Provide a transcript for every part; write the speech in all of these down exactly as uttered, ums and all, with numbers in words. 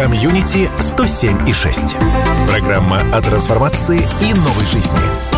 Комьюнити сто семь и шесть. Программа о трансформации и новой жизни.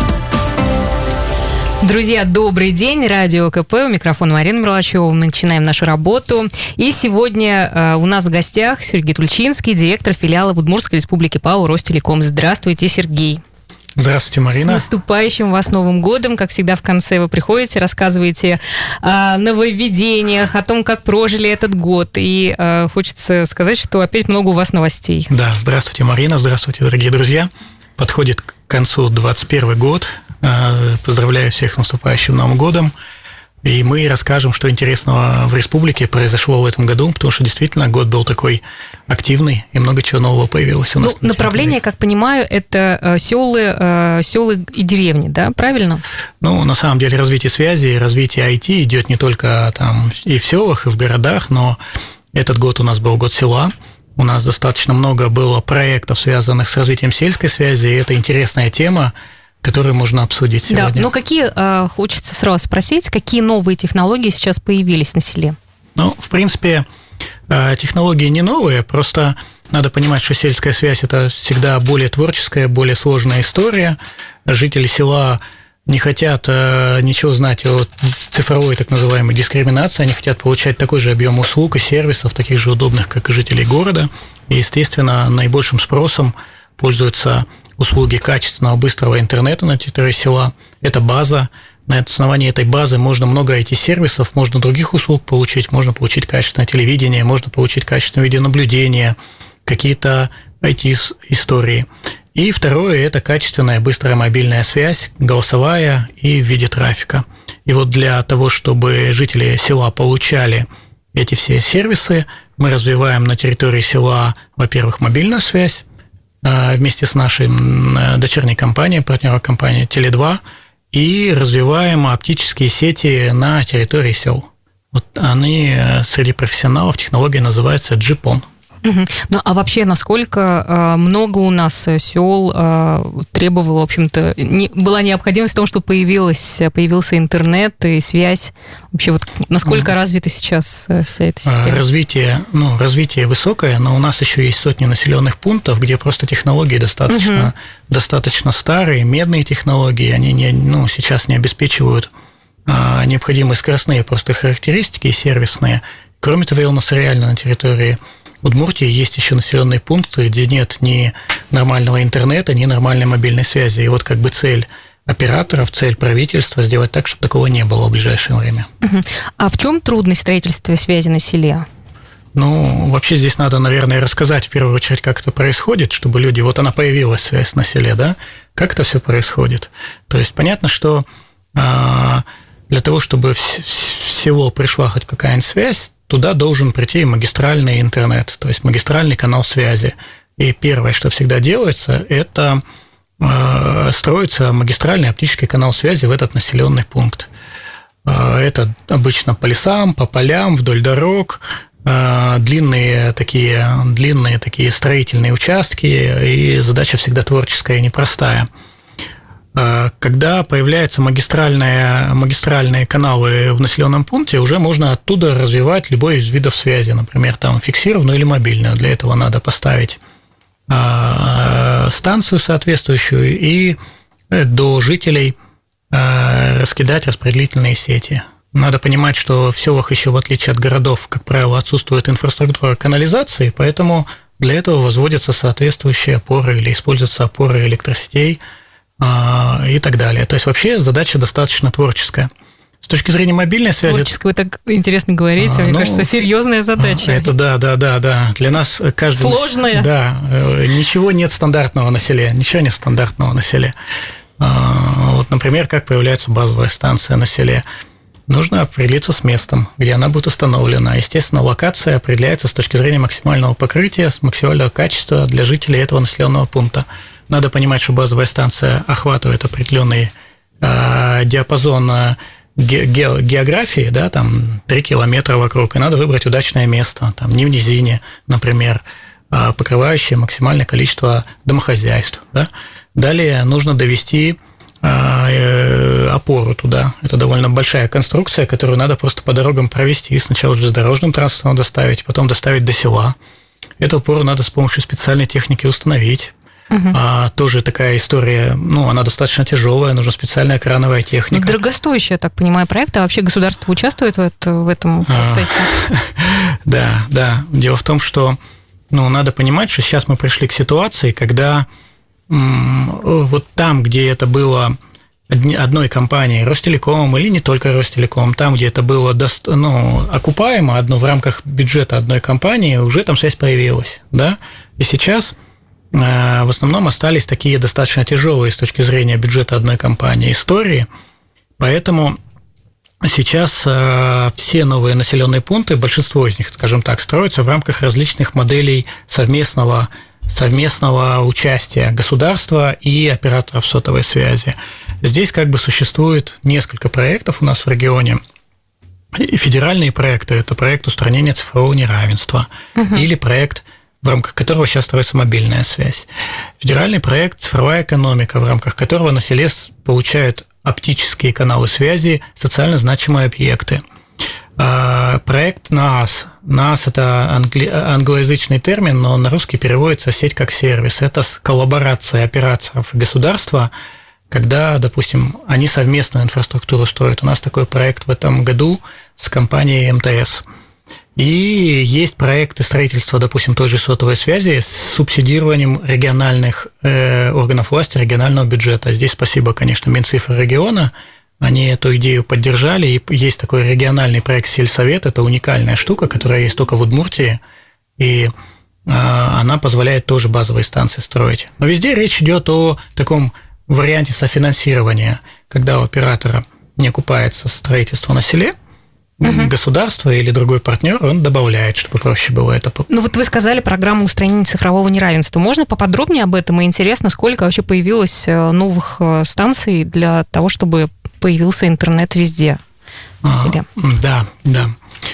Друзья, добрый день. Радио КП. У микрофона Марина Мерлачева. Мы начинаем нашу работу. И сегодня э, у нас в гостях Сергей Тульчинский, директор филиала в Удмуртской республике ПАО «Ростелеком». Здравствуйте, Сергей. Здравствуйте, Марина. С наступающим вас Новым годом. Как всегда, в конце вы приходите, рассказываете о нововведениях, о том, как прожили этот год. И э, хочется сказать, что опять много у вас новостей. Да, здравствуйте, Марина. Здравствуйте, дорогие друзья. Подходит к концу двадцать первый год. Поздравляю всех с наступающим Новым годом. И мы расскажем, что интересного в республике произошло в этом году, потому что действительно год был такой активный, и много чего нового появилось у нас. Ну, направление, как понимаю, это селы, селы и деревни, да, правильно? Ну, на самом деле развитие связи, развитие ай ти идет не только там и в селах, и в городах, но этот год у нас был год села. У нас достаточно много было проектов, связанных с развитием сельской связи, и это интересная тема, которые можно обсудить сегодня. Да, но какие, хочется сразу спросить, какие новые технологии сейчас появились на селе? Ну, в принципе, технологии не новые, просто надо понимать, что сельская связь – это всегда более творческая, более сложная история. Жители села не хотят ничего знать о цифровой так называемой дискриминации, они хотят получать такой же объем услуг и сервисов, таких же удобных, как и жители города. И, естественно, наибольшим спросом пользуются услуги качественного быстрого интернета на территории села. Это база. На основании этой базы можно много ай ти-сервисов, можно других услуг получить, можно получить качественное телевидение, можно получить качественное видеонаблюдение, какие-то ай ти-истории. И второе – это качественная быстрая мобильная связь, голосовая и в виде трафика. И вот для того, чтобы жители села получали эти все сервисы, мы развиваем на территории села, во-первых, мобильную связь, вместе с нашей дочерней компанией, партнером компании теле два, и развиваем оптические сети на территории сел. Вот они среди профессионалов, технология называется джи пон. Угу. Ну, а вообще, насколько много у нас сел требовало, в общем-то, не, была необходимость в том, что появилась, появился интернет и связь? Вообще, вот насколько mm. развита сейчас вся эта система? Развитие, ну, развитие высокое, но у нас еще есть сотни населенных пунктов, где просто технологии достаточно, угу. достаточно старые, медные технологии, они не, ну, сейчас не обеспечивают а, необходимые скоростные просто характеристики сервисные. Кроме того, у нас реально на территории Удмуртии есть еще населенные пункты, где нет ни нормального интернета, ни нормальной мобильной связи. И вот как бы цель операторов, цель правительства сделать так, чтобы такого не было в ближайшее время. А в чем трудность строительства связи на селе? Ну, вообще здесь надо, наверное, рассказать в первую очередь, как это происходит, чтобы люди, вот она появилась, связь на селе, да, как это все происходит. То есть понятно, что для того, чтобы в село пришла хоть какая-нибудь связь, туда должен прийти магистральный интернет, то есть магистральный канал связи. И первое, что всегда делается, это э, строится магистральный оптический канал связи в этот населенный пункт. Э, это обычно по лесам, по полям, вдоль дорог, э, длинные такие, длинные такие строительные участки, и задача всегда творческая и непростая. Когда появляются магистральные, магистральные каналы в населенном пункте, уже можно оттуда развивать любой из видов связи, например, там фиксированную или мобильную. Для этого надо поставить станцию соответствующую и до жителей раскидать распределительные сети. Надо понимать, что в селах еще, в отличие от городов, как правило, отсутствует инфраструктура канализации, поэтому для этого возводятся соответствующие опоры или используются опоры электросетей и так далее. То есть вообще задача достаточно творческая. С точки зрения мобильной связи... Творческую, вы так интересно говорите, а, мне ну, кажется, серьезная задача. Это да, да, да, да. Для нас каждый... Сложная. Да, ничего нет стандартного на селе, ничего нет стандартного на селе. Вот, например, как появляется базовая станция на селе. Нужно определиться с местом, где она будет установлена. Естественно, локация определяется с точки зрения максимального покрытия, с максимального качества для жителей этого населенного пункта. Надо понимать, что базовая станция охватывает определенный э, диапазон э, ге- ге- географии, да, там три километра вокруг, и надо выбрать удачное место, там, не в низине, например, э, покрывающее максимальное количество домохозяйств. Да. Далее нужно довести э, опору туда. Это довольно большая конструкция, которую надо просто по дорогам провести. Сначала железнодорожным транспортом доставить, потом доставить до села. эту опору надо с помощью специальной техники установить. Угу. А, тоже такая история, ну, она достаточно тяжелая, нужна специальная крановая техника. Ну, дорогостоящий, я так понимаю, проект, а вообще государство участвует в, это, в этом процессе? А, да, да. Дело в том, что, ну, надо понимать, что сейчас мы пришли к ситуации, когда м, вот там, где это было одной компанией, Ростелеком или не только Ростелеком, там, где это было дост... ну, окупаемо, одно в рамках бюджета одной компании, уже там связь появилась, да, и сейчас в основном остались такие достаточно тяжелые с точки зрения бюджета одной компании истории, поэтому сейчас все новые населенные пункты, большинство из них, скажем так, строятся в рамках различных моделей совместного, совместного участия государства и операторов сотовой связи. Здесь как бы существует несколько проектов у нас в регионе. И федеральные проекты – это проект устранения цифрового неравенства, угу. или проект, в рамках которого сейчас строится мобильная связь. Федеральный проект «Цифровая экономика», в рамках которого на селе получают оптические каналы связи, социально значимые объекты. Проект НАС. НАС – это англи... англоязычный термин, но на русский переводится «сеть как сервис». Это коллаборация операторов и государства, когда, допустим, они совместную инфраструктуру строят. У нас такой проект в этом году с компанией эм тэ эс. И есть проекты строительства, допустим, той же сотовой связи с субсидированием региональных э, органов власти, регионального бюджета. Здесь спасибо, конечно, Минцифры региона, они эту идею поддержали, и есть такой региональный проект «Сельсовет», это уникальная штука, которая есть только в Удмуртии, и э, она позволяет тоже базовые станции строить. Но везде речь идет о таком варианте софинансирования, когда у оператора не окупается строительство на селе, Uh-huh. государство или другой партнер, он добавляет, чтобы проще было это. Ну вот вы сказали программу устранения цифрового неравенства. Можно поподробнее об этом? И интересно, сколько вообще появилось новых станций для того, чтобы появился интернет везде в селе? А, да, да.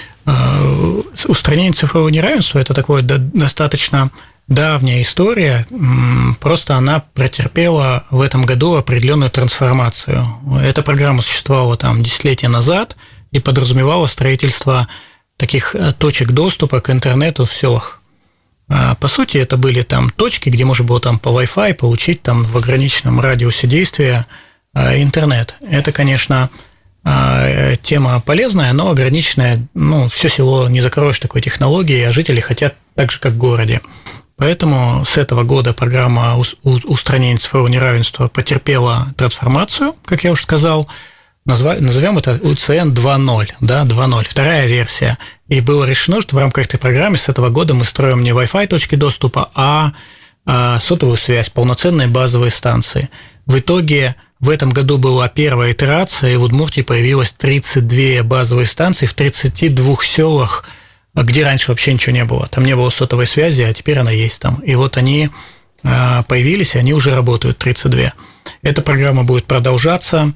Устранение цифрового неравенства – это такое достаточно давняя история, просто она претерпела в этом году определенную трансформацию. Эта программа существовала там десятилетия назад и подразумевала строительство таких точек доступа к интернету в селах. По сути, это были там точки, где можно было там по Wi-Fi получить там в ограниченном радиусе действия интернет. Это, конечно, тема полезная, но ограниченная. Ну, все село не закроешь такой технологией, а жители хотят так же, как в городе. Поэтому с этого года программа устранения цифрового неравенства потерпела трансформацию, как я уже сказал. Назовем это У Ц Н два ноль, да, два ноль, вторая версия. И было решено, что в рамках этой программы с этого года мы строим не Wi-Fi точки доступа, а сотовую связь, полноценные базовые станции. В итоге в этом году была первая итерация, и в Удмуртии появилось тридцать две базовые станции в тридцати двух селах, где раньше вообще ничего не было. Там не было сотовой связи, а теперь она есть там. И вот они появились, и они уже работают, тридцать две. Эта программа будет продолжаться.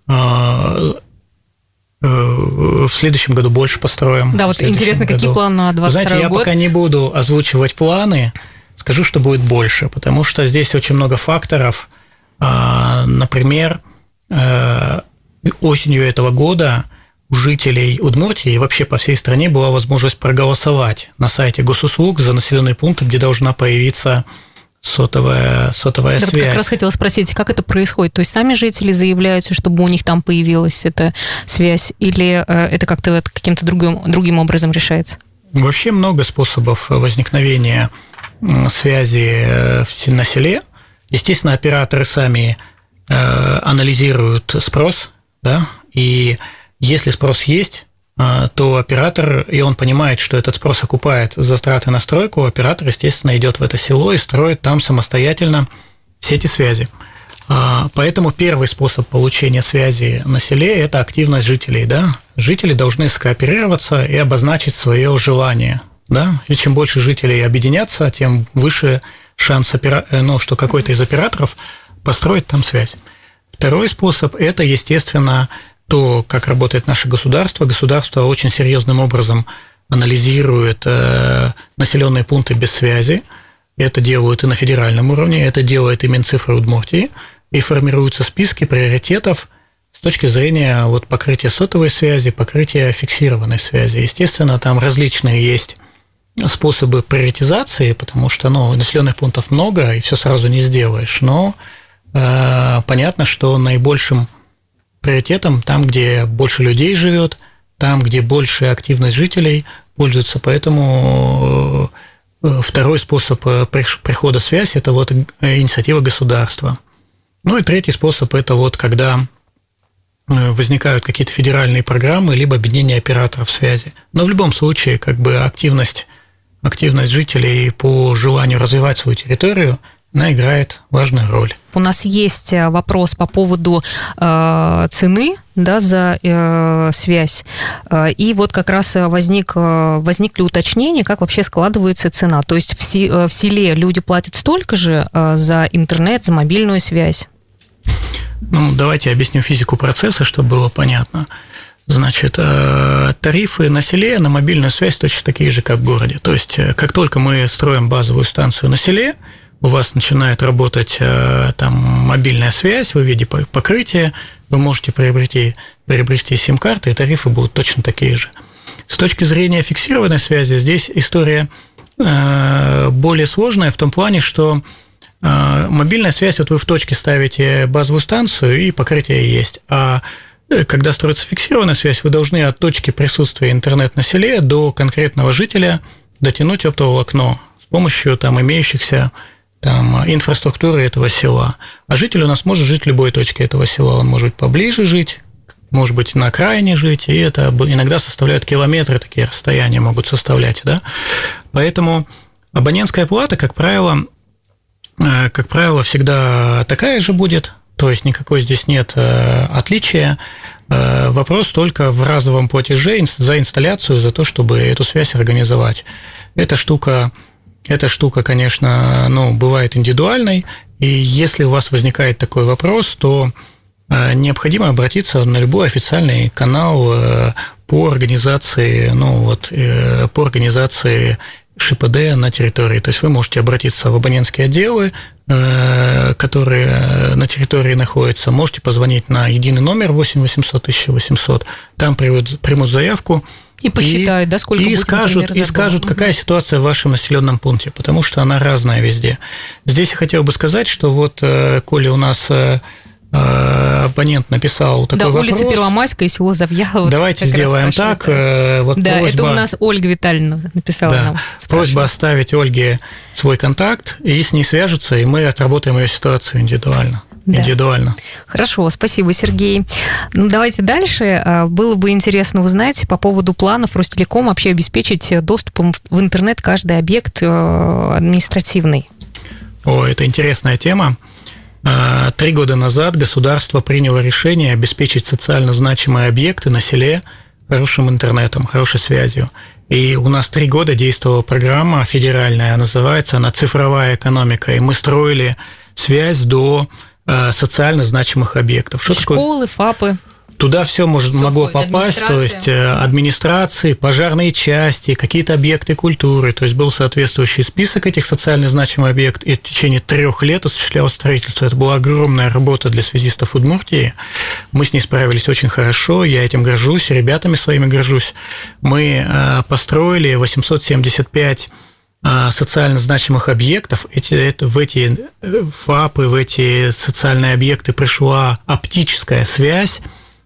В следующем году больше построим. Да, вот интересно, году. Какие планы на двадцать второй Знаете, год? Я пока не буду озвучивать планы, скажу, что будет больше, потому что здесь очень много факторов. Например, осенью этого года у жителей Удмуртии и вообще по всей стране была возможность проголосовать на сайте госуслуг за населенные пункты, где должна появиться сотовая, сотовая да, связь. Вот как раз хотела спросить, как это происходит? То есть сами жители заявляются, чтобы у них там появилась эта связь, или это как-то каким-то другим, другим образом решается? Вообще много способов возникновения связи на селе. Естественно, операторы сами анализируют спрос, да, и если спрос есть, то оператор, и он понимает, что этот спрос окупает затраты на стройку, оператор, естественно, идет в это село и строит там самостоятельно сети связи. Поэтому первый способ получения связи на селе – это активность жителей. Да? Жители должны скооперироваться и обозначить свое желание. Да? И чем больше жителей объединятся, тем выше шанс, ну, что какой-то из операторов построит там связь. Второй способ – это, естественно, то, как работает наше государство. Государство очень серьезным образом анализирует населенные пункты без связи. Это делают и на федеральном уровне, это делает и Минцифры Удмуртии, и формируются списки приоритетов с точки зрения вот покрытия сотовой связи, покрытия фиксированной связи. Естественно, там различные есть способы приоритизации, потому что, ну, населенных пунктов много, и все сразу не сделаешь, но э, понятно, что наибольшим приоритетом там, где больше людей живет, там, где больше активность жителей пользуются, поэтому второй способ прихода связи – это вот инициатива государства. Ну и третий способ – это вот когда возникают какие-то федеральные программы либо объединение операторов связи. Но в любом случае как бы активность, активность жителей по желанию развивать свою территорию, она играет важную роль. У нас есть вопрос по поводу э, цены, да, за э, связь. И вот как раз возник, возникли уточнения, как вообще складывается цена. То есть в, си, в селе люди платят столько же э, за интернет, за мобильную связь? Ну, давайте объясню физику процесса, чтобы было понятно. Значит, тарифы на селе, на мобильную связь точно такие же, как в городе. То есть, как только мы строим базовую станцию на селе, у вас начинает работать там мобильная связь в виде покрытия, вы можете приобрести, приобрести сим-карты, и тарифы будут точно такие же. С точки зрения фиксированной связи, здесь история более сложная в том плане, что мобильная связь, вот вы в точке ставите базовую станцию, и покрытие есть. А когда строится фиксированная связь, вы должны от точки присутствия интернет на селе до конкретного жителя дотянуть оптоволокно с помощью там имеющихся там инфраструктуры этого села. А житель у нас может жить в любой точке этого села. Он может поближе жить, может быть, на окраине жить, и это иногда составляют километры, такие расстояния могут составлять, да? Поэтому абонентская плата, как правило, как правило, всегда такая же будет, то есть никакой здесь нет отличия. Вопрос только в разовом платеже за инсталляцию, за то, чтобы эту связь организовать. Эта штука, эта штука, конечно, ну, бывает индивидуальной, и если у вас возникает такой вопрос, то необходимо обратиться на любой официальный канал по организации, ну, вот, по организации ШПД на территории. То есть вы можете обратиться в абонентские отделы, которые на территории находятся, можете позвонить на единый номер восемь восемьсот тысяча восемьсот, там примут, примут заявку и посчитают, и, да, сколько и будет, скажут, например, и скажут, какая ситуация в вашем населенном пункте, потому что она разная везде. Здесь я хотел бы сказать, что вот, коли у нас абонент написал такой да, вопрос. Да, улица Первомайская и село Завьялово. Давайте сделаем так. Да, вот да просьба, это у нас Ольга Витальевна написала да, нам. Просьба оставить Ольге свой контакт, и с ней свяжутся, и мы отработаем ее ситуацию индивидуально. Да. Индивидуально. Хорошо, спасибо, Сергей. Ну, давайте дальше. Было бы интересно узнать по поводу планов Ростелеком вообще обеспечить доступом в интернет каждый объект административный. О, это интересная тема. Три года назад государство приняло решение обеспечить социально значимые объекты на селе хорошим интернетом, хорошей связью. И у нас три года действовала программа федеральная, называется она «Цифровая экономика», и мы строили связь до социально значимых объектов. Что Школы, такое? ФАПы. Туда все может, могло попасть, то есть администрации, пожарные части, какие-то объекты культуры, то есть был соответствующий список этих социально значимых объектов, и в течение трех лет осуществлялось строительство. Это была огромная работа для связистов Удмуртии, мы с ней справились очень хорошо, я этим горжусь, ребятами своими горжусь. Мы построили восемьсот семьдесят пять социально значимых объектов, эти, это, в эти ФАПы, в эти социальные объекты пришла оптическая связь.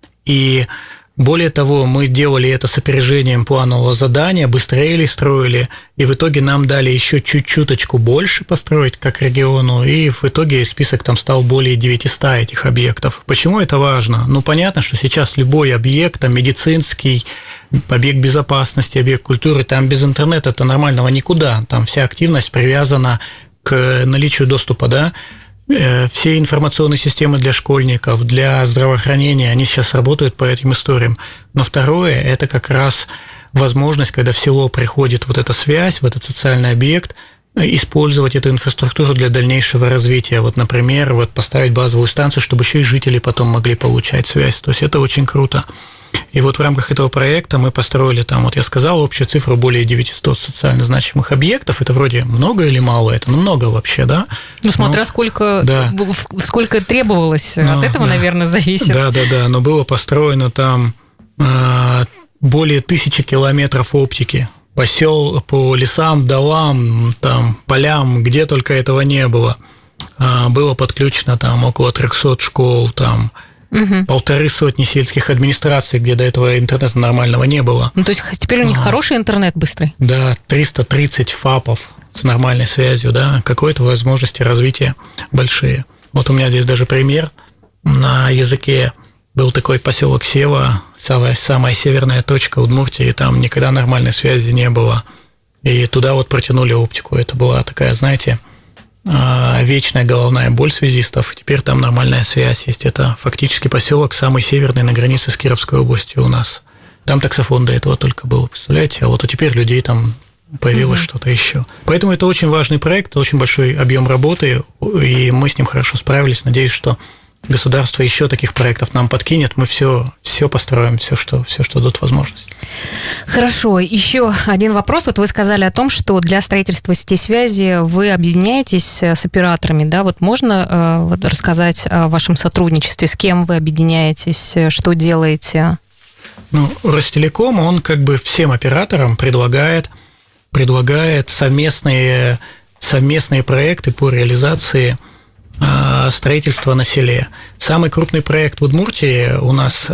И более того, мы делали это с опережением планового задания, быстрее строили, и в итоге нам дали еще чуть-чуточку больше построить как региону, и в итоге список там стал более девятисот этих объектов. Почему это важно? Ну, понятно, что сейчас любой объект, там, медицинский, объект безопасности, объект культуры, там без интернета-то нормального никуда, там вся активность привязана к наличию доступа, да. Все информационные системы для школьников, для здравоохранения, они сейчас работают по этим историям. Но второе – это как раз возможность, когда в село приходит вот эта связь, в этот социальный объект, использовать эту инфраструктуру для дальнейшего развития. Вот, например, вот поставить базовую станцию, чтобы еще и жители потом могли получать связь. То есть это очень круто. И вот в рамках этого проекта мы построили там, вот я сказал, общую цифру более девятисот социально значимых объектов. Это вроде много или мало? Это много вообще, да? Ну, смотря но, сколько, да. сколько требовалось, но, от этого, да, наверное, зависит. Да, да, да, но было построено там э, более тысячи километров оптики. по, сел, по лесам, долам, там, полям, где только этого не было. Было подключено там около трехсот школ, там, угу. полторы сотни сельских администраций, где до этого интернета нормального не было. Ну, то есть теперь у них а, хороший интернет быстрый? Да, триста тридцать ФАПов с нормальной связью, да, какой-то возможности развития большие. Вот у меня здесь даже пример. На языке был такой поселок Сева, самая, самая северная точка Удмуртии, там никогда нормальной связи не было. И туда вот протянули оптику. Это была такая, знаете, вечная головная боль связистов. Теперь там нормальная связь есть. Это фактически поселок самый северный на границе с Кировской областью у нас. Там таксофон до этого только был, представляете? А вот а теперь людей там появилось угу. что-то еще. Поэтому это очень важный проект, очень большой объем работы, и мы с ним хорошо справились. Надеюсь, что государство еще таких проектов нам подкинет, мы все, все построим, все что, все, что дадут возможность. Хорошо. Еще один вопрос. Вот вы сказали о том, что для строительства сетей связи вы объединяетесь с операторами, да? Вот можно э, вот рассказать о вашем сотрудничестве, с кем вы объединяетесь, что делаете? Ну, Ростелеком, он как бы всем операторам предлагает, предлагает совместные, совместные проекты по реализации строительства на селе. Самый крупный проект в Удмуртии у нас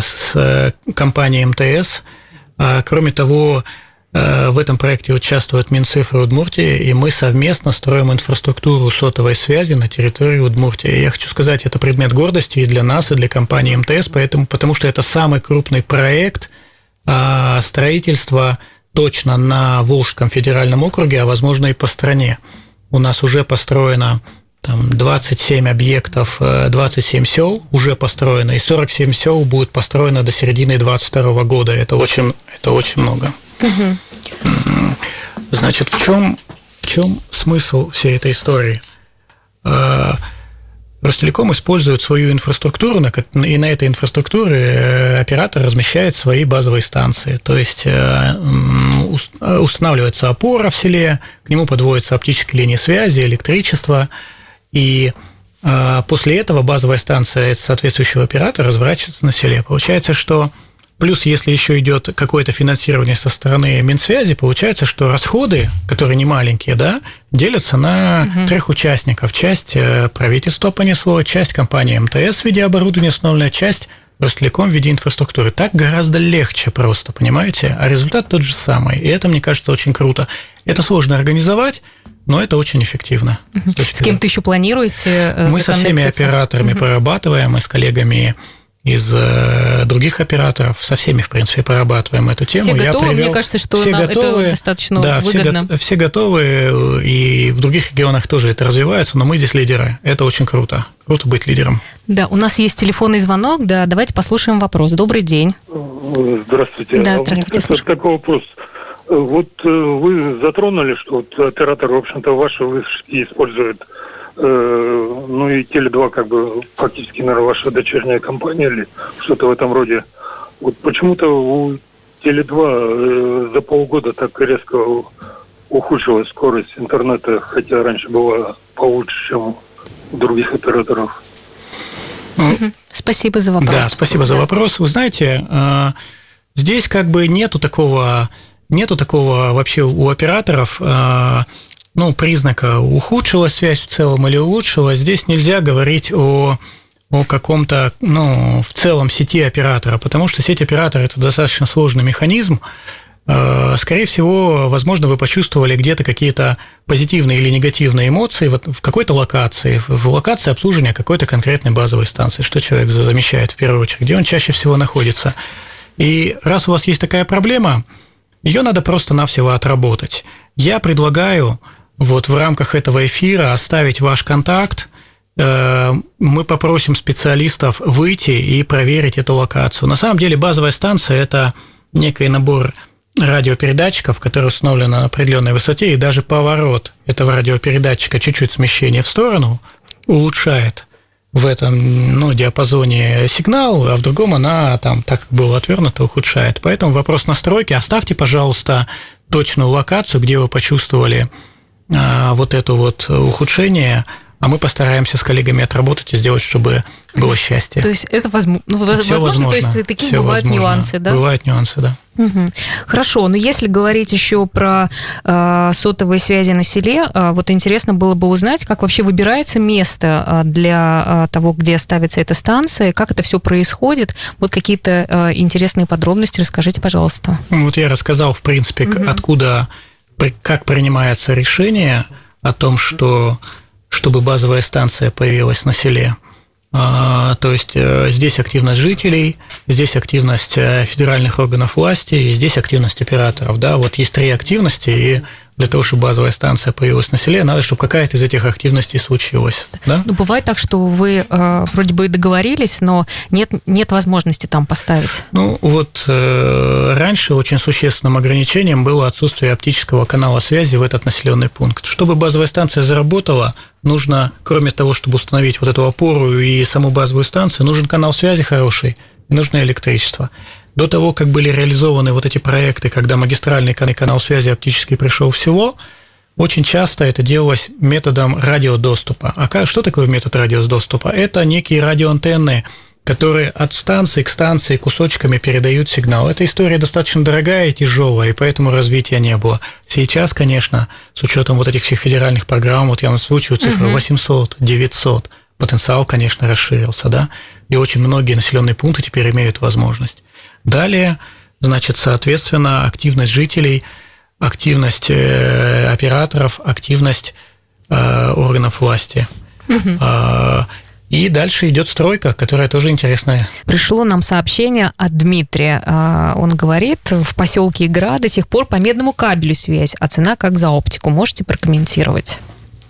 с компанией эм тэ эс. Кроме того, в этом проекте участвует Минцифры Удмуртии, и мы совместно строим инфраструктуру сотовой связи на территории Удмуртии. Я хочу сказать, это предмет гордости и для нас, и для компании эм тэ эс, поэтому, потому что это самый крупный проект строительства точно на Волжском федеральном округе, а возможно и по стране. У нас уже построено там двадцать семь объектов, двадцать семь сел уже построено, и сорок семь сел будет построено до середины двадцать второго года. Это очень, это очень много. Угу. Значит, в чем, в чем смысл всей этой истории? Ростелеком использует свою инфраструктуру, и на этой инфраструктуре оператор размещает свои базовые станции. То есть устанавливается опора в селе, к нему подводятся оптические линии связи, электричество, и после этого базовая станция соответствующего оператора разворачивается на селе. Получается, что плюс, если еще идет какое-то финансирование со стороны Минсвязи, получается, что расходы, которые не маленькие, да, делятся на угу. трех участников. Часть правительства понесло, часть компании эм тэ эс в виде оборудования установленная, часть Ростелеком в виде инфраструктуры. Так гораздо легче просто, понимаете? А результат тот же самый. И это, мне кажется, очень круто. Это сложно организовать, но это очень эффективно. Угу. С, с кем-то еще планируете Мы со всеми операторами угу. прорабатываем, и с коллегами из других операторов, со всеми, в принципе, прорабатываем эту тему. Все готовы? Я привел... Мне кажется, что все нам готовы, это достаточно да, выгодно. Все, все готовы, и в других регионах тоже это развивается, но мы здесь лидеры. Это очень круто. Круто быть лидером. Да, у нас есть телефонный звонок, да, давайте послушаем вопрос. Добрый день. Здравствуйте. Да, здравствуйте. А такой вопрос. Вот вы затронули, что вот оператор, в общем-то, ваши вышки использует, ну и Теле два как бы фактически, наверное, ваша дочерняя компания или что-то в этом роде. Вот почему-то у Теле два за полгода так резко ухудшилась скорость интернета, хотя раньше была получше, чем у других операторов. Спасибо за вопрос. Да, спасибо за вопрос. Вы знаете, здесь как бы нету такого, нету такого вообще у операторов, ну, признака ухудшилась связь в целом или улучшилась. Здесь нельзя говорить о, о каком-то, ну, в целом сети оператора, потому что сеть оператора – это достаточно сложный механизм. Скорее всего, возможно, вы почувствовали где-то какие-то позитивные или негативные эмоции в какой-то локации, в локации обслуживания какой-то конкретной базовой станции, что человек замечает в первую очередь, где он чаще всего находится. И раз у вас есть такая проблема, ее надо просто-навсего отработать. Я предлагаю вот в рамках этого эфира оставить ваш контакт, мы попросим специалистов выйти и проверить эту локацию. На самом деле базовая станция – это некий набор радиопередатчиков, которые установлены на определенной высоте, и даже поворот этого радиопередатчика, чуть-чуть смещение в сторону, улучшает в этом, ну, диапазоне сигнал, а в другом она, там, так как было отвернуто, ухудшает. Поэтому вопрос настройки. Оставьте, пожалуйста, точную локацию, где вы почувствовали а, вот это вот ухудшение, а мы постараемся с коллегами отработать и сделать, чтобы было счастье. То есть это возможно, ну, возможно, возможно, то есть такие бывают возможно. нюансы, да? Бывают нюансы, да. Угу. Хорошо, но если говорить еще про э, сотовые связи на селе, э, вот интересно было бы узнать, как вообще выбирается место для э, того, где ставится эта станция, как это все происходит, вот какие-то э, интересные подробности расскажите, пожалуйста. Вот я рассказал, в принципе, угу. откуда, как принимается решение о том, что чтобы базовая станция появилась на селе. А, то есть здесь активность жителей, здесь активность федеральных органов власти, и здесь активность операторов. Да? Вот есть три активности, и для того, чтобы базовая станция появилась на селе, надо, чтобы какая-то из этих активностей случилась. Да? Ну, бывает так, что вы э, вроде бы и договорились, но нет, нет возможности там поставить. Ну, вот э, раньше очень существенным ограничением было отсутствие оптического канала связи в этот населенный пункт. Чтобы базовая станция заработала, нужно, кроме того, чтобы установить вот эту опору и саму базовую станцию, нужен канал связи хороший, и нужно электричество. До того, как были реализованы вот эти проекты, когда магистральный канал связи оптически пришел в село, очень часто это делалось методом радиодоступа. А что такое метод радиодоступа? Это некие радиоантенны, которые от станции к станции кусочками передают сигнал. Эта история достаточно дорогая и тяжелая, и поэтому развития не было. Сейчас, конечно, с учетом вот этих всех федеральных программ, вот я озвучиваю цифру восемьсот, девятьсот, потенциал, конечно, расширился, да, и очень многие населенные пункты теперь имеют возможность. Далее, значит, соответственно, активность жителей, активность операторов, активность органов власти. Угу. И дальше идет стройка, которая тоже интересная. Пришло нам сообщение от Дмитрия. Он говорит, в поселке Игра до сих пор по медному кабелю связь, а цена как за оптику. Можете прокомментировать?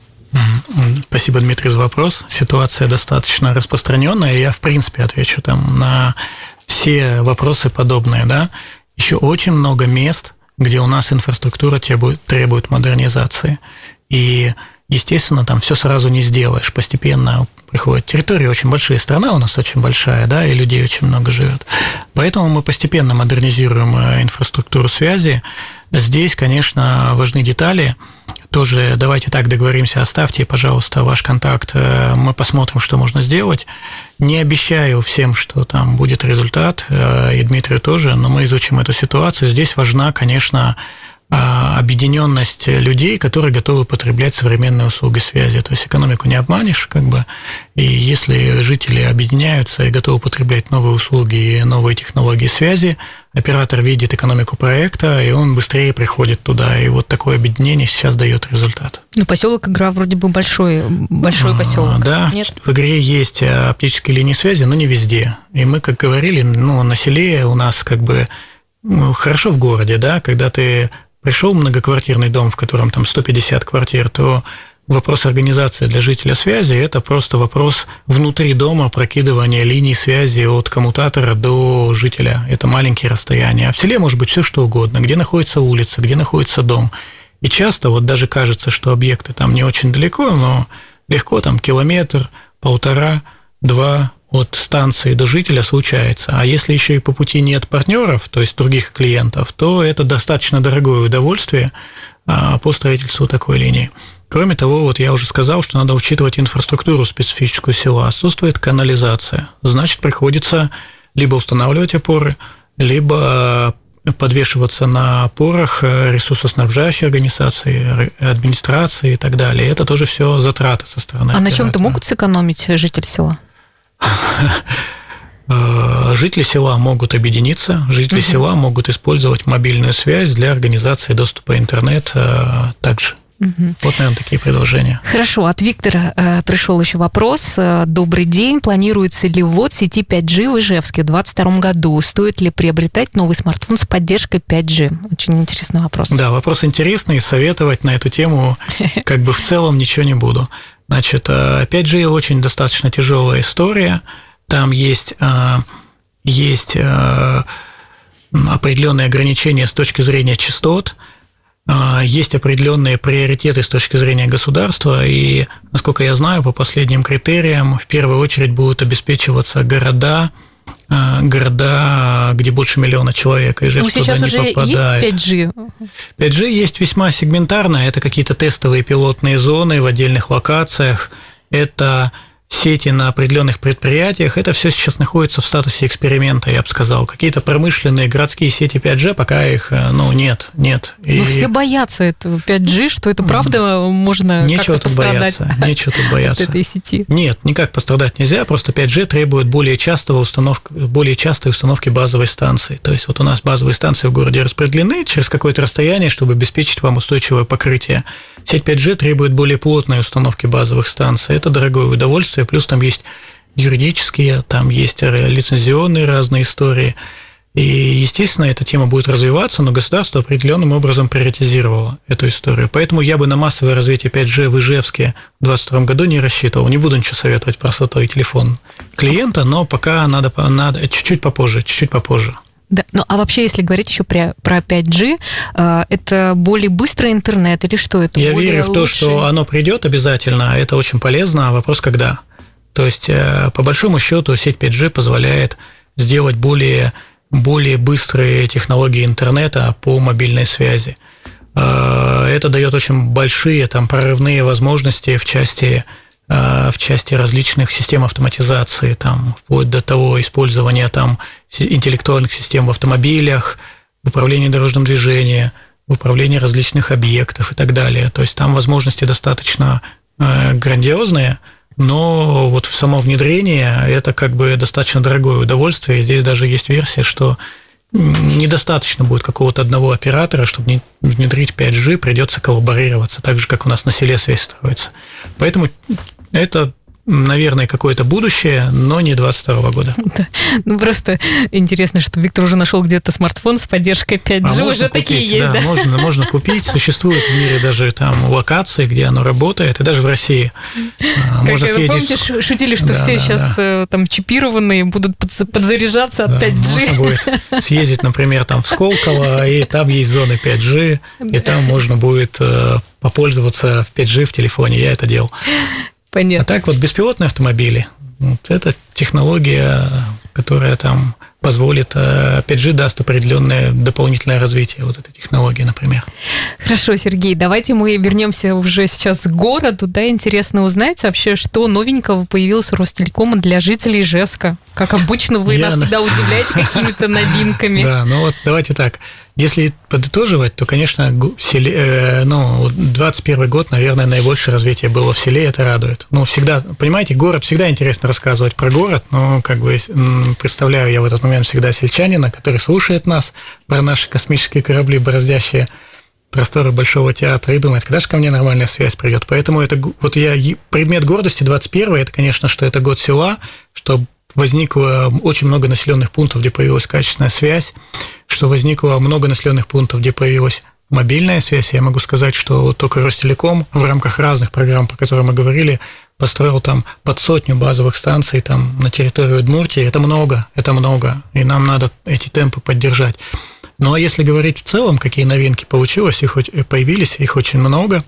Спасибо, Дмитрий, за вопрос. Ситуация достаточно распространенная. Я, в принципе, отвечу там на все вопросы подобные, да. Еще очень много мест, где у нас инфраструктура требует, требует модернизации. И, естественно, там все сразу не сделаешь. Постепенно приходит. Территория очень большая, страна у нас очень большая, да, и людей очень много живет. Поэтому мы постепенно модернизируем инфраструктуру связи. Здесь, конечно, важны детали. Тоже давайте так договоримся, оставьте, пожалуйста, ваш контакт, мы посмотрим, что можно сделать. Не обещаю всем, что там будет результат, и Дмитрию тоже, но мы изучим эту ситуацию. Здесь важна, конечно, объединенность людей, которые готовы потреблять современные услуги связи. То есть экономику не обманешь, как бы, и если жители объединяются и готовы потреблять новые услуги и новые технологии связи, оператор видит экономику проекта, и он быстрее приходит туда. И вот такое объединение сейчас дает результат. Ну, поселок Игра вроде бы большой, большой поселок. Да, Нет? в Игре есть оптические линии связи, но не везде. И мы, как говорили, ну, на селе у нас как бы ну, хорошо в городе, да, когда ты пришел в многоквартирный дом, в котором там сто пятьдесят квартир, то вопрос организации для жителя связи – это просто вопрос внутри дома прокидывания линий связи от коммутатора до жителя. Это маленькие расстояния. А в селе может быть все что угодно, где находится улица, где находится дом. И часто вот даже кажется, что объекты там не очень далеко, но легко там километр, полтора, два от станции до жителя случается. А если еще и по пути нет партнеров, то есть других клиентов, то это достаточно дорогое удовольствие по строительству такой линии. Кроме того, вот я уже сказал, что надо учитывать инфраструктуру специфическую села. Отсутствует канализация. Значит, приходится либо устанавливать опоры, либо подвешиваться на опорах ресурсоснабжающей организации, администрации и так далее. Это тоже все затраты со стороны. А на чем-то могут сэкономить жители села? Жители села могут объединиться, жители угу. села могут использовать мобильную связь для организации доступа в интернет также. Угу. Вот, наверное, такие предложения. Хорошо, от Виктора э, пришел еще вопрос. Добрый день. Планируется ли ввод сети пять джи в Ижевске в двадцать втором году? Стоит ли приобретать новый смартфон с поддержкой пять джи? Очень интересный вопрос. Да, вопрос интересный. Советовать на эту тему как бы в целом ничего не буду. Значит, пять джи очень достаточно тяжелая история. Там есть, есть определенные ограничения с точки зрения частот, есть определенные приоритеты с точки зрения государства, и, насколько я знаю, по последним критериям в первую очередь будут обеспечиваться города, города, где больше миллиона человек, и Ижевск туда не попадает. Ну, сейчас уже есть пять джи? пять джи есть весьма сегментарно, это какие-то тестовые пилотные зоны в отдельных локациях, это сети на определенных предприятиях, это все сейчас находится в статусе эксперимента, я бы сказал. Какие-то промышленные городские сети пять джи, пока их, ну, нет, нет. И... Ну, все боятся этого пять джи, что это правда можно нечего как-то тут пострадать бояться, нечего тут бояться. От этой сети. Нет, никак пострадать нельзя, просто пять джи требует более частого установки, более частой установки базовой станции. То есть вот у нас базовые станции в городе распределены через какое-то расстояние, чтобы обеспечить вам устойчивое покрытие. Сеть пять джи требует более плотной установки базовых станций. Это дорогое удовольствие, плюс там есть юридические, там есть лицензионные разные истории. И, естественно, эта тема будет развиваться, но государство определенным образом приоритизировало эту историю. Поэтому я бы на массовое развитие пять джи в Ижевске в двадцать втором году не рассчитывал. Не буду ничего советовать про сотовый телефон клиента, но пока надо, надо чуть-чуть попозже, чуть-чуть попозже. Да, ну а вообще, если говорить еще про, про пять джи, это более быстрый интернет или что это? Я более верю в то, лучший? что оно придет обязательно, это очень полезно, а вопрос когда. То есть, по большому счету, сеть пять джи позволяет сделать более, более быстрые технологии интернета по мобильной связи. Это дает очень большие там, прорывные возможности в части в части различных систем автоматизации, там, вплоть до того использования там, интеллектуальных систем в автомобилях, в управлении дорожным движением, в управлении различных объектов и так далее. То есть там возможности достаточно э, грандиозные, но вот в само внедрение это как бы достаточно дорогое удовольствие. И здесь даже есть версия, что недостаточно будет какого-то одного оператора, чтобы внедрить пять джи, придется коллаборироваться, так же, как у нас на селе связь строится. Поэтому это, наверное, какое-то будущее, но не двадцать второго года. Да. Ну, просто интересно, что Виктор уже нашел где-то смартфон с поддержкой пять джи, а уже купить, такие есть, да? Да, можно, можно купить. Существует в мире даже там локации, где оно работает, и даже в России. Как можно это, съездить... Помните, шутили, что да, все да, сейчас да. там чипированные будут подзаряжаться от да, пять джи? Можно будет съездить, например, там в Сколково, и там есть зоны пять джи, и там можно будет попользоваться пять джи в телефоне. Я это делал. Понятно. А так вот беспилотные автомобили, вот это технология, которая там позволит, пять джи даст определенное дополнительное развитие вот этой технологии, например. Хорошо, Сергей, давайте мы вернемся уже сейчас к городу, да, интересно узнать вообще, что новенького появилось у Ростелекома для жителей Ижевска. Как обычно, вы Я... нас всегда удивляете какими-то новинками. Да, ну вот давайте так. Если подытоживать, то, конечно, в селе, э, ну, двадцать первый год, наверное, наибольшее развитие было в селе, это радует. Ну, всегда, понимаете, город, всегда интересно рассказывать про город, но, как бы, представляю я в этот момент всегда сельчанина, который слушает нас про наши космические корабли, бороздящие просторы Большого театра, и думает, когда же ко мне нормальная связь придет. Поэтому это, вот я, предмет гордости двадцать первый, это, конечно, что это год села, что возникло очень много населенных пунктов, где появилась качественная связь, что возникло много населенных пунктов, где появилась мобильная связь. Я могу сказать, что вот только Ростелеком в рамках разных программ, по которым мы говорили, построил там под сотню базовых станций там, на территории Удмуртии. Это много, это много, и нам надо эти темпы поддержать. Ну, а если говорить в целом, какие новинки получилось, их появились, их очень много.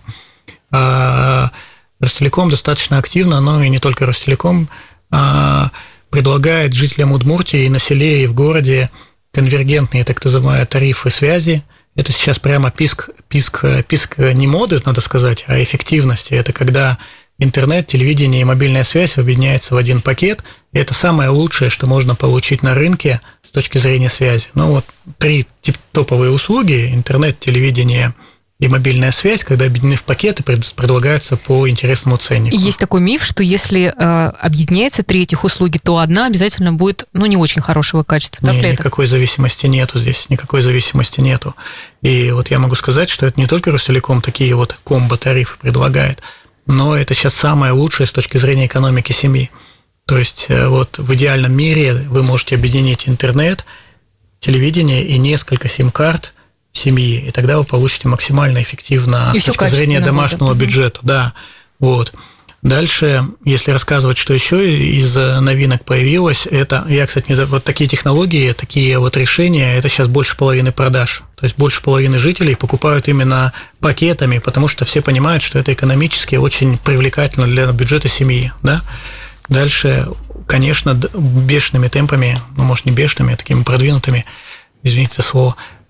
Ростелеком достаточно активно, но и не только Ростелеком, предлагает жителям Удмуртии и на селе, и в городе конвергентные, так называемые, тарифы связи. Это сейчас прямо писк, писк, писк не моды, надо сказать, а эффективности. Это когда интернет, телевидение и мобильная связь объединяются в один пакет. И это самое лучшее, что можно получить на рынке с точки зрения связи. Ну вот три топовые услуги: интернет, телевидение и мобильная связь, когда объединены в пакеты, предлагаются по интересному ценнику. Есть такой миф, что если э, объединяется три этих услуги, то одна обязательно будет, ну, не очень хорошего качества. Так не, ли это? Никакой зависимости нету здесь, никакой зависимости нету. И вот я могу сказать, что это не только Ростелеком такие вот комбо-тарифы предлагает, но это сейчас самое лучшее с точки зрения экономики семьи. То есть вот в идеальном мире вы можете объединить интернет, телевидение и несколько сим-карт семьи, и тогда вы получите максимально эффективно и с точки зрения домашнего будет. бюджета. Да, вот. Дальше, если рассказывать, что еще из новинок появилось, это, я, кстати, не, вот такие технологии, такие вот решения, это сейчас больше половины продаж. То есть больше половины жителей покупают именно пакетами, потому что все понимают, что это экономически очень привлекательно для бюджета семьи. Да? Дальше, конечно, бешеными темпами, ну, может, не бешеными, а такими продвинутыми, извините за слово,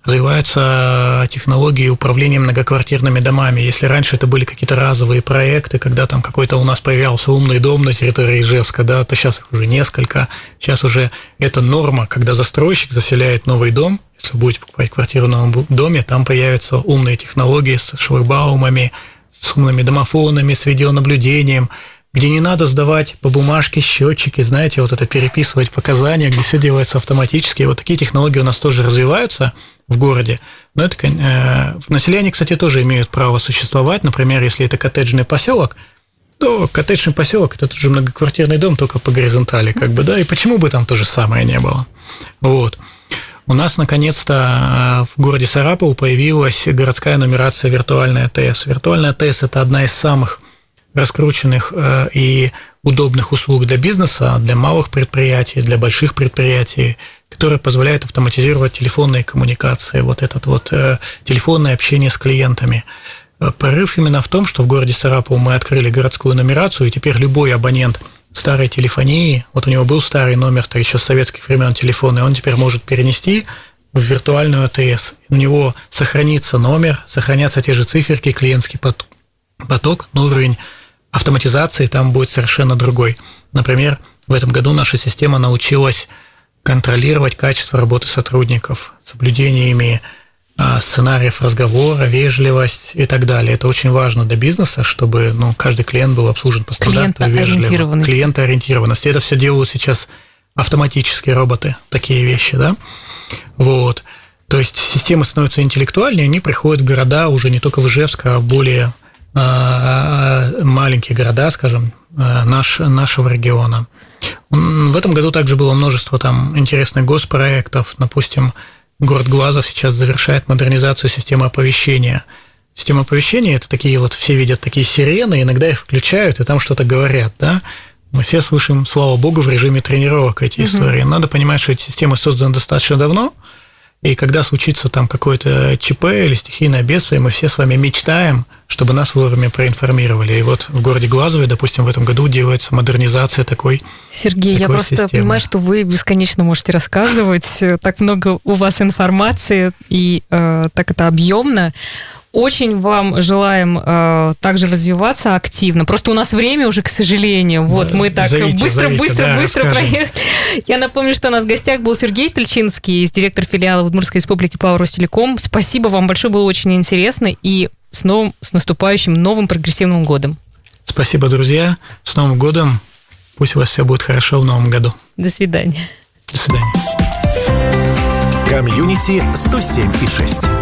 развиваются технологии управления многоквартирными домами. Если раньше это были какие-то разовые проекты, когда там какой-то у нас появлялся умный дом на территории Ижевска, да, то сейчас их уже несколько. Сейчас уже это норма, когда застройщик заселяет новый дом. Если вы будете покупать квартиру в новом доме, там появятся умные технологии с шлагбаумами, с умными домофонами, с видеонаблюдением, где не надо сдавать по бумажке счетчики, знаете, вот это переписывать показания, где все делается автоматически. И вот такие технологии у нас тоже развиваются в городе. Но это, э, в населении, кстати, тоже имеют право существовать. Например, если это коттеджный поселок, то коттеджный поселок это тоже многоквартирный дом, только по горизонтали, как бы, да, и почему бы там то же самое не было. Вот. У нас, наконец-то, в городе Сарапул появилась городская нумерация виртуальная ТС. Виртуальная ТС – это одна из самых раскрученных и удобных услуг для бизнеса, для малых предприятий, для больших предприятий, которая позволяет автоматизировать телефонные коммуникации, вот это вот телефонное общение с клиентами. Прорыв именно в том, что в городе Сарапул мы открыли городскую нумерацию, и теперь любой абонент старой телефонии, вот у него был старый номер, то еще с советских времен телефона, и он теперь может перенести в виртуальную АТС. У него сохранится номер, сохранятся те же циферки, клиентский поток, но уровень автоматизации там будет совершенно другой. Например, в этом году наша система научилась контролировать качество работы сотрудников, соблюдениями сценариев разговора, вежливость и так далее. Это очень важно для бизнеса, чтобы ну, каждый клиент был обслужен по стандарту вежливо. Клиентоориентированность. Это все делают сейчас автоматически роботы, такие вещи, да? Вот. То есть системы становятся интеллектуальнее, они приходят в города уже не только в Ижевск, а в более маленькие города, скажем, наш, нашего региона. В этом году также было множество там интересных госпроектов. Допустим, город Глазов сейчас завершает модернизацию системы оповещения. Система оповещения – это такие вот, все видят такие сирены, иногда их включают, и там что-то говорят, да? Мы все слышим, слава богу, в режиме тренировок эти угу. истории. Надо понимать, что эти системы созданы достаточно давно, и когда случится там какое-то ЧП или стихийное бедствие, мы все с вами мечтаем, чтобы нас вовремя проинформировали. И вот в городе Глазове, допустим, в этом году делается модернизация такой Сергей, такой я просто системы. Понимаю, что вы бесконечно можете рассказывать, так много у вас информации, и э, так это объемно. Очень вам желаем э, также развиваться активно. Просто у нас время уже, к сожалению. Вот да, мы так зовите, быстро, зовите, быстро, да, быстро проехали. Я напомню, что у нас в гостях был Сергей Тульчинский, директор филиала Удмуртской республики ПАО «Ростелеком». Спасибо вам большое, было очень интересно. И с, новым, с наступающим новым прогрессивным годом. Спасибо, друзья. С Новым годом. Пусть у вас все будет хорошо в Новом году. До свидания. До свидания. Комьюнити сто семь и шесть.